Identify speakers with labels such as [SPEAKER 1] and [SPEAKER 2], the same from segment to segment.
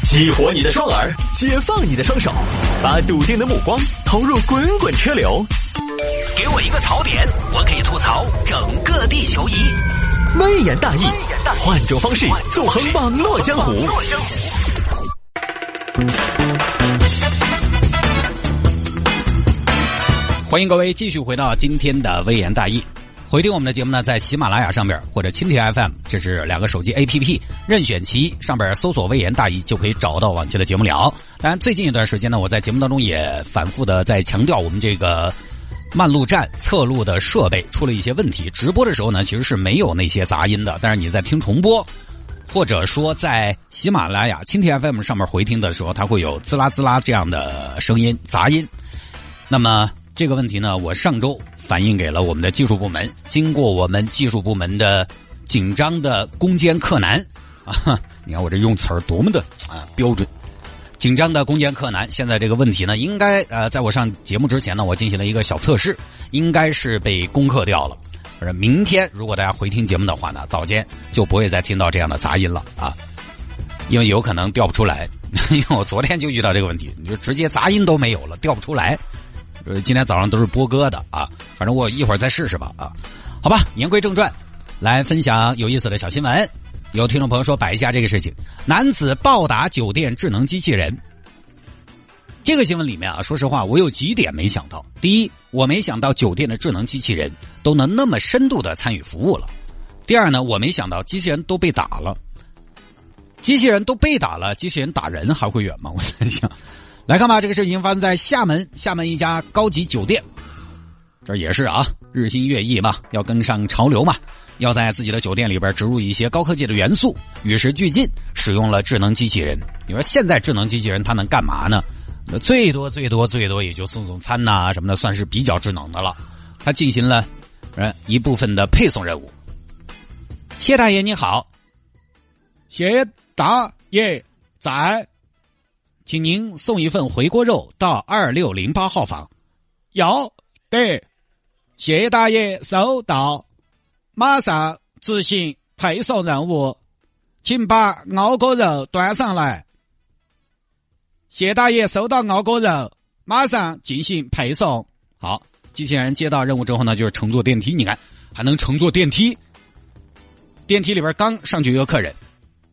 [SPEAKER 1] 激活你的双耳，解放你的双手，把笃定的目光投入滚滚车流。
[SPEAKER 2] 给我一个槽点，我可以吐槽整个地球仪。
[SPEAKER 1] 微言大义，换种方式纵横网络江湖。
[SPEAKER 3] 欢迎各位继续回到今天的微言大义。回听我们的节目呢，在喜马拉雅上边或者蜻蜓 FM， 这是两个手机 APP， 任选其上边搜索微言大义就可以找到往期的节目了。当然最近一段时间呢，我在节目当中也反复的在强调我们这个慢录站侧录的设备出了一些问题，直播的时候呢其实是没有那些杂音的，但是你在听重播或者说在喜马拉雅蜻蜓 FM 上面回听的时候，它会有滋啦滋啦这样的声音杂音。那么这个问题呢，我上周反映给了我们的技术部门，经过我们技术部门的紧张的攻坚克难啊，你看我这用词儿多么的标准，紧张的攻坚克难。现在这个问题呢，应该在我上节目之前呢，我进行了一个小测试，应该是被攻克掉了。而明天如果大家回听节目的话呢，早间就不会再听到这样的杂音了啊，因为有可能调不出来。因为我昨天就遇到这个问题，你就直接杂音都没有了，调不出来。今天早上都是播歌的啊，反正我一会儿再试试吧啊。好吧，言归正传，来分享有意思的小新闻。有听众朋友说摆一下这个事情，男子暴打酒店智能机器人。这个新闻里面啊，说实话我有几点没想到。第一，我没想到酒店的智能机器人都能那么深度的参与服务了。第二呢，我没想到机器人都被打了。机器人都被打了，机器人打人还会远吗？我在想。来看吧，这个事情发生在厦门一家高级酒店。这也是啊，日新月异嘛，要跟上潮流嘛，要在自己的酒店里边植入一些高科技的元素，与时俱进，使用了智能机器人。你说现在智能机器人它能干嘛呢？最多也就送餐呐什么的，算是比较智能的了。它进行了一部分的配送任务。谢大爷你好。
[SPEAKER 4] 谢大爷在，
[SPEAKER 3] 请您送一份回锅肉到2608号房。
[SPEAKER 4] 要得，谢大爷收到，马上执行配送任务，请把熬锅肉端上来。谢大爷收到熬锅肉，马上进行配送。
[SPEAKER 3] 好，机器人接到任务之后呢，就是乘坐电梯，你看还能乘坐电梯。电梯里边刚上去一个客人，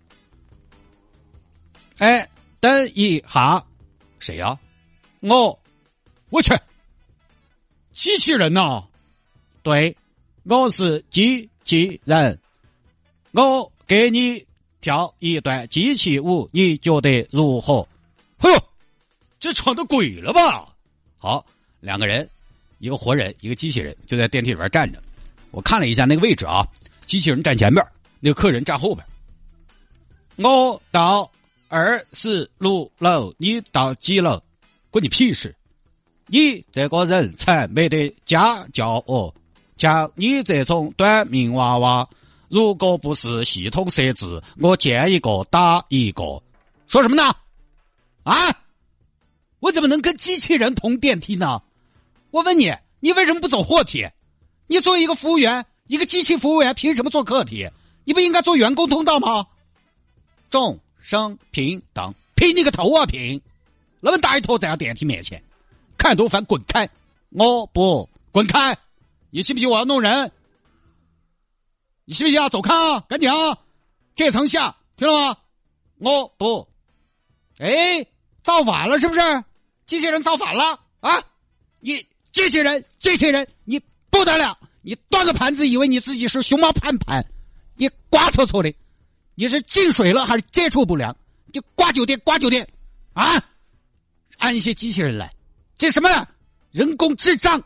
[SPEAKER 4] 哎，等一下，
[SPEAKER 3] 谁呀？
[SPEAKER 4] 我去，机器人呐！对，我是机器人，我给你跳一段机器舞，你觉得如何？哎呦，这唱得贵了吧？
[SPEAKER 3] 好，两个人，一个活人，一个机器人，就在电梯里边站着。我看了一下那个位置啊，机器人站前边，那个客人站后边。
[SPEAKER 4] 我到26楼，你到几楼？关你屁事！你这个人才没得家教哦！像你这种短命娃娃，如果不是系统设置，我见一个打一个。说什么呢？啊！
[SPEAKER 3] 我怎么能跟机器人同电梯呢？我问你，你为什么不走货梯？你作为一个服务员，一个机器服务员，凭什么坐客梯？你不应该坐员工通道吗？众生平等，凭你个头啊凭！那么大一坨在电梯面前，看多烦，滚开！
[SPEAKER 4] 我不滚开！你信不信我要弄人？你信不信啊？走开啊！赶紧啊！这层下，听了吗？我不。
[SPEAKER 3] 哎，造反了是不是？机器人造反了啊！你机器人，你不得了！你端个盘子以为你自己是熊猫盼盼，你刮搓搓的。你是进水了还是接触不良？就刮酒店啊！安一些机器人来，这什么呀？人工智障！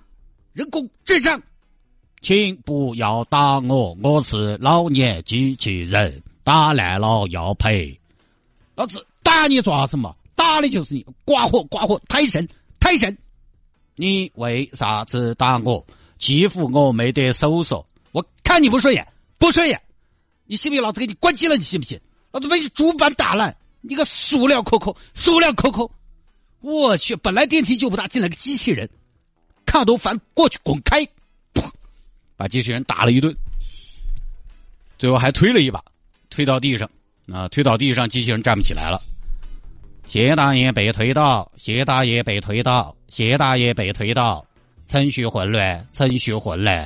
[SPEAKER 4] 请不要打我，我是老年机器人，打烂了要赔。
[SPEAKER 3] 老子打你做啥子嘛？打的就是你，刮火，太神！
[SPEAKER 4] 你为啥子打我？欺负我没得手手，
[SPEAKER 3] 我看你不顺眼！你信不信老子给你关机了？你信不信？老子把你猪般打烂！你个塑料扣扣！我去，本来电梯就不大，进来个机器人，看都烦，过去滚开！把机器人打了一顿，最后还推了一把，推到地上，机器人站不起来了。
[SPEAKER 4] 谢大爷被推倒，谢大爷被推倒，谢大爷被推倒，程序混乱，程序混乱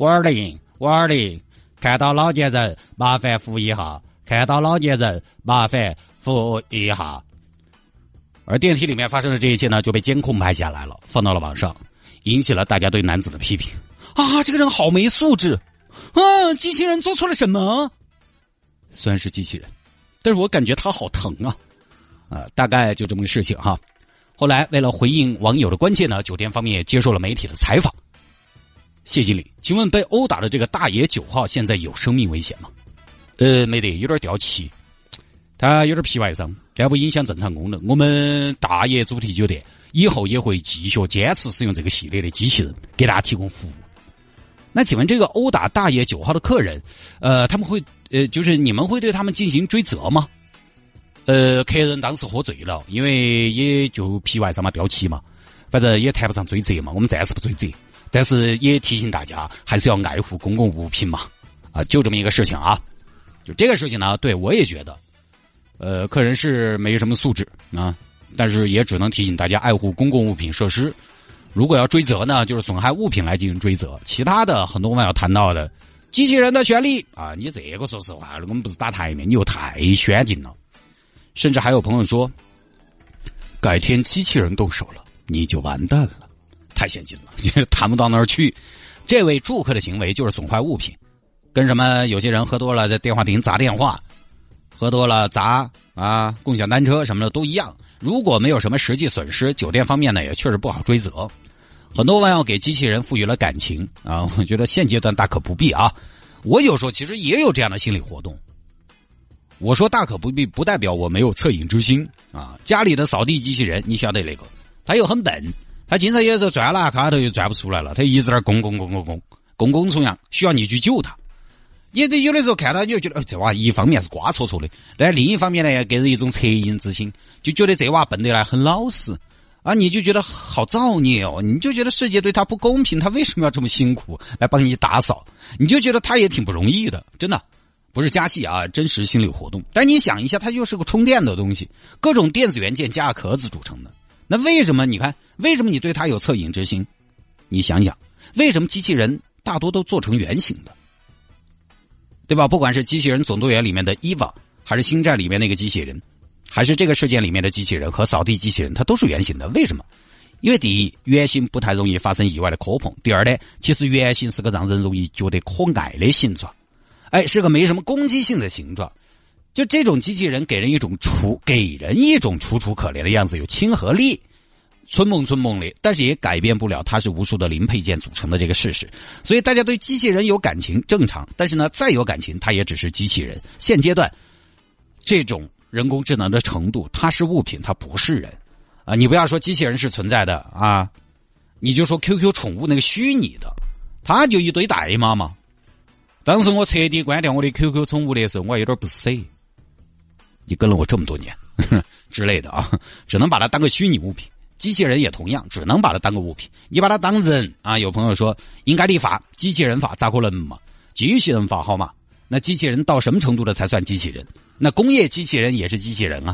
[SPEAKER 4] ，520，看到老年人麻烦扶一下，看到老年人麻烦扶一下。而电梯里面发生的这一切呢，就被监控拍下来了，放到了网上，引起了大家对男子的批评。啊，这个人好没素质！啊，机器人做错了什么？虽然是机器人，但是我感觉他好疼啊！大概就这么个事情哈。后来为了回应网友的关切呢，酒店方面也接受了媒体的采访。谢经理，请问被殴打的这个大爷9号现在有生命危险吗？没得，有点掉漆，他有点皮外伤，这不影响正常功能。我们大爷主题酒店以后也会继续坚持使用这个系列的机器人，给大家提供服务。那请问这个殴打大爷9号的客人，他们会就是你们会对他们进行追责吗？客人当时喝醉了，因为也就皮外伤嘛，掉漆嘛，反正也谈不上追责嘛，我们暂时不追责，但是也提醒大家还是要爱护公共物品嘛，就这么一个事情啊。就这个事情呢，对我也觉得，客人是没什么素质啊，但是也只能提醒大家爱护公共物品设施。如果要追责呢，就是损害物品来进行追责，其他的很多网友谈到的机器人的权利啊，你这个说实话，我们不是打台面，你又太先进了。甚至还有朋友说，改天机器人动手了，你就完蛋了，太先进了，也谈不到那儿去。这位住客的行为就是损坏物品，跟什么有些人喝多了在电话亭砸电话，喝多了砸共享单车什么的都一样。如果没有什么实际损失，酒店方面呢也确实不好追责。很多网友给机器人赋予了感情我觉得现阶段大可不必啊。我有时候其实也有这样的心理活动。我说大可不必，不代表我没有恻隐之心家里的扫地机器人，你晓得那个，他又很笨，他经常有的时候转了卡头又转不出来了，他一直在拱重样，需要你去救他。也有的时候看到你就觉得这娃一方面是瓜戳戳的，但另一方面呢也给人一种恻隐之心，就觉得这娃笨得来很老实你就觉得好造孽哦，你就觉得世界对他不公平，他为什么要这么辛苦来帮你打扫，你就觉得他也挺不容易的，真的不是加戏真实心理活动。但你想一下，它就是个充电的东西，各种电子元件加壳子组成的，那为什么你看，为什么你对它有恻隐之心？你想想，为什么机器人大多都做成圆形的，对吧？不管是机器人总动员里面的伊娃，还是星战里面那个机器人，还是这个事件里面的机器人和扫地机器人，它都是圆形的。为什么？因为第一，圆形不太容易发生意外的磕碰；第二呢，其实圆形是个让人容易觉得可爱的形状，是个没什么攻击性的形状。就这种机器人给人一种楚楚可怜的样子，有亲和力，春梦的，但是也改变不了它是无数的零配件组成的这个事实。所以大家对机器人有感情正常，但是呢，再有感情它也只是机器人。现阶段这种人工智能的程度，它是物品，它不是人你不要说机器人是存在的你就说 QQ 宠物那个虚拟的，它就一堆代码嘛。当时我彻底关掉我的 QQ 宠物的时候，我有点不舍，你跟了我这么多年之类的只能把它当个虚拟物品。机器人也同样只能把它当个物品，你把它当人有朋友说应该立法机器人法，咋可能嘛？机器人法好嘛？那机器人到什么程度的才算机器人？那工业机器人也是机器人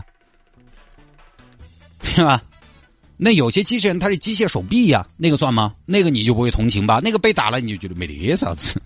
[SPEAKER 4] 对吧？那有些机器人它是机械手臂那个算吗？那个你就不会同情吧？那个被打了你就觉得没得啥子。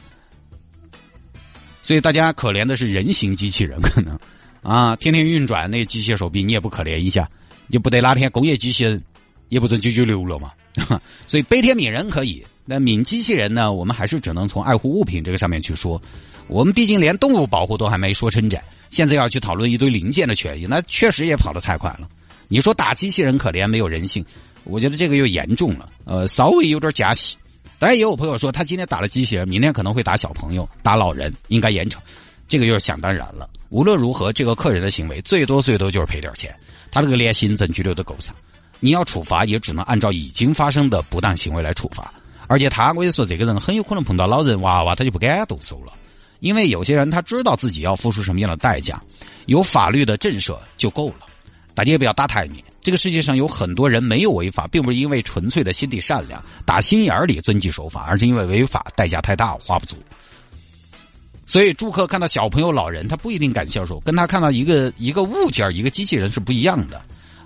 [SPEAKER 4] 所以大家可怜的是人形机器人，可能天天运转那个机械手臂，你也不可怜一下，就不得哪天工业机器人也不准996了嘛。所以悲天悯人可以，那悯机器人呢，我们还是只能从爱护物品这个上面去说。我们毕竟连动物保护都还没说成展，现在要去讨论一堆零件的权益，那确实也跑得太快了。你说打机器人可怜没有人性，我觉得这个又严重了，稍微有点加戏。当然也有朋友说他今天打了机器人，明天可能会打小朋友打老人，应该严惩，这个就是想当然了。无论如何这个客人的行为最多就是赔点钱，他这个连行政拘留都够上，你要处罚也只能按照已经发生的不当行为来处罚。而且我跟你说，这个人很有可能碰到老人娃娃他就不敢动手了，因为有些人他知道自己要付出什么样的代价，有法律的震慑就够了。大家也不要打台面，这个世界上有很多人没有违法，并不是因为纯粹的心地善良打心眼里遵纪守法，而是因为违法代价太大花不足。所以住客看到小朋友老人他不一定敢销售，跟他看到一个物件一个机器人是不一样的。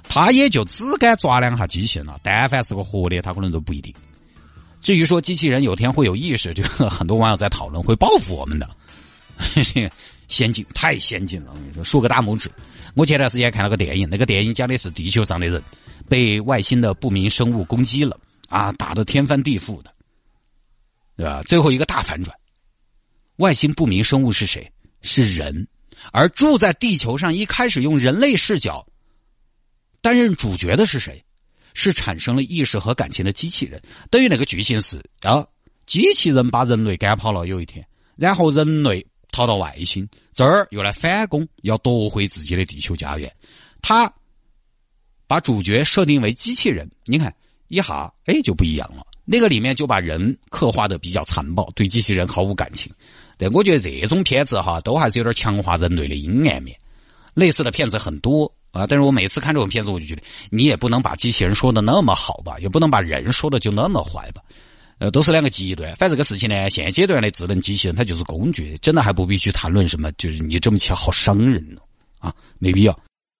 [SPEAKER 4] 他也就只敢抓2下机器人了，但凡是个活的，他可能都不一定。至于说机器人有天会有意识，这个很多网友在讨论会报复我们的，先进，太先进了。我跟你说，竖个大拇指。我前段时间看了个电影，那个电影讲的是地球上的人被外星的不明生物攻击了啊，打得天翻地覆的，对吧？最后一个大反转，外星不明生物是谁？是人，而住在地球上一开始用人类视角担任主角的是谁？是产生了意识和感情的机器人。等于那个剧情是机器人把人类赶跑了有一天，然后人类逃到外星，这儿又来反攻，要夺回自己的地球家园。他把主角设定为机器人，你看一下就不一样了。那个里面就把人刻画的比较残暴，对机器人毫无感情。对，我觉得这种片子都还是有点强化人类的阴暗面。类似的片子很多啊，但是我每次看这种片子，我就觉得你也不能把机器人说的那么好吧，也不能把人说的就那么坏吧。都是2个极端。反正这个事情呢，现阶段的智能机器人它就是工具，真的还不必去谈论什么，就是你这么起好伤人啊，没必要。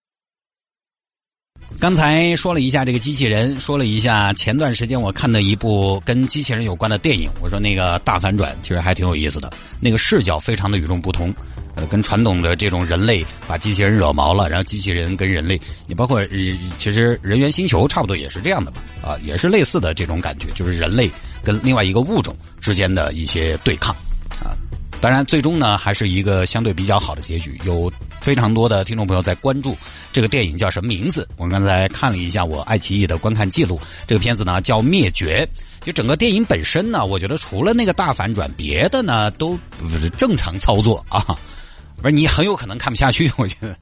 [SPEAKER 4] 刚才说了一下这个机器人，说了一下前段时间我看的一部跟机器人有关的电影，我说那个大反转其实还挺有意思的，那个视角非常的与众不同。跟传统的这种人类把机器人惹毛了，然后机器人跟人类，你包括其实人猿星球差不多也是这样的吧，也是类似的这种感觉，就是人类跟另外一个物种之间的一些对抗啊。当然最终呢还是一个相对比较好的结局。有非常多的听众朋友在关注这个电影叫什么名字，我刚才看了一下我爱奇艺的观看记录，这个片子呢叫《灭绝》。就整个电影本身呢，我觉得除了那个大反转，别的呢都正常操作啊，不是你很有可能看不下去，我觉得。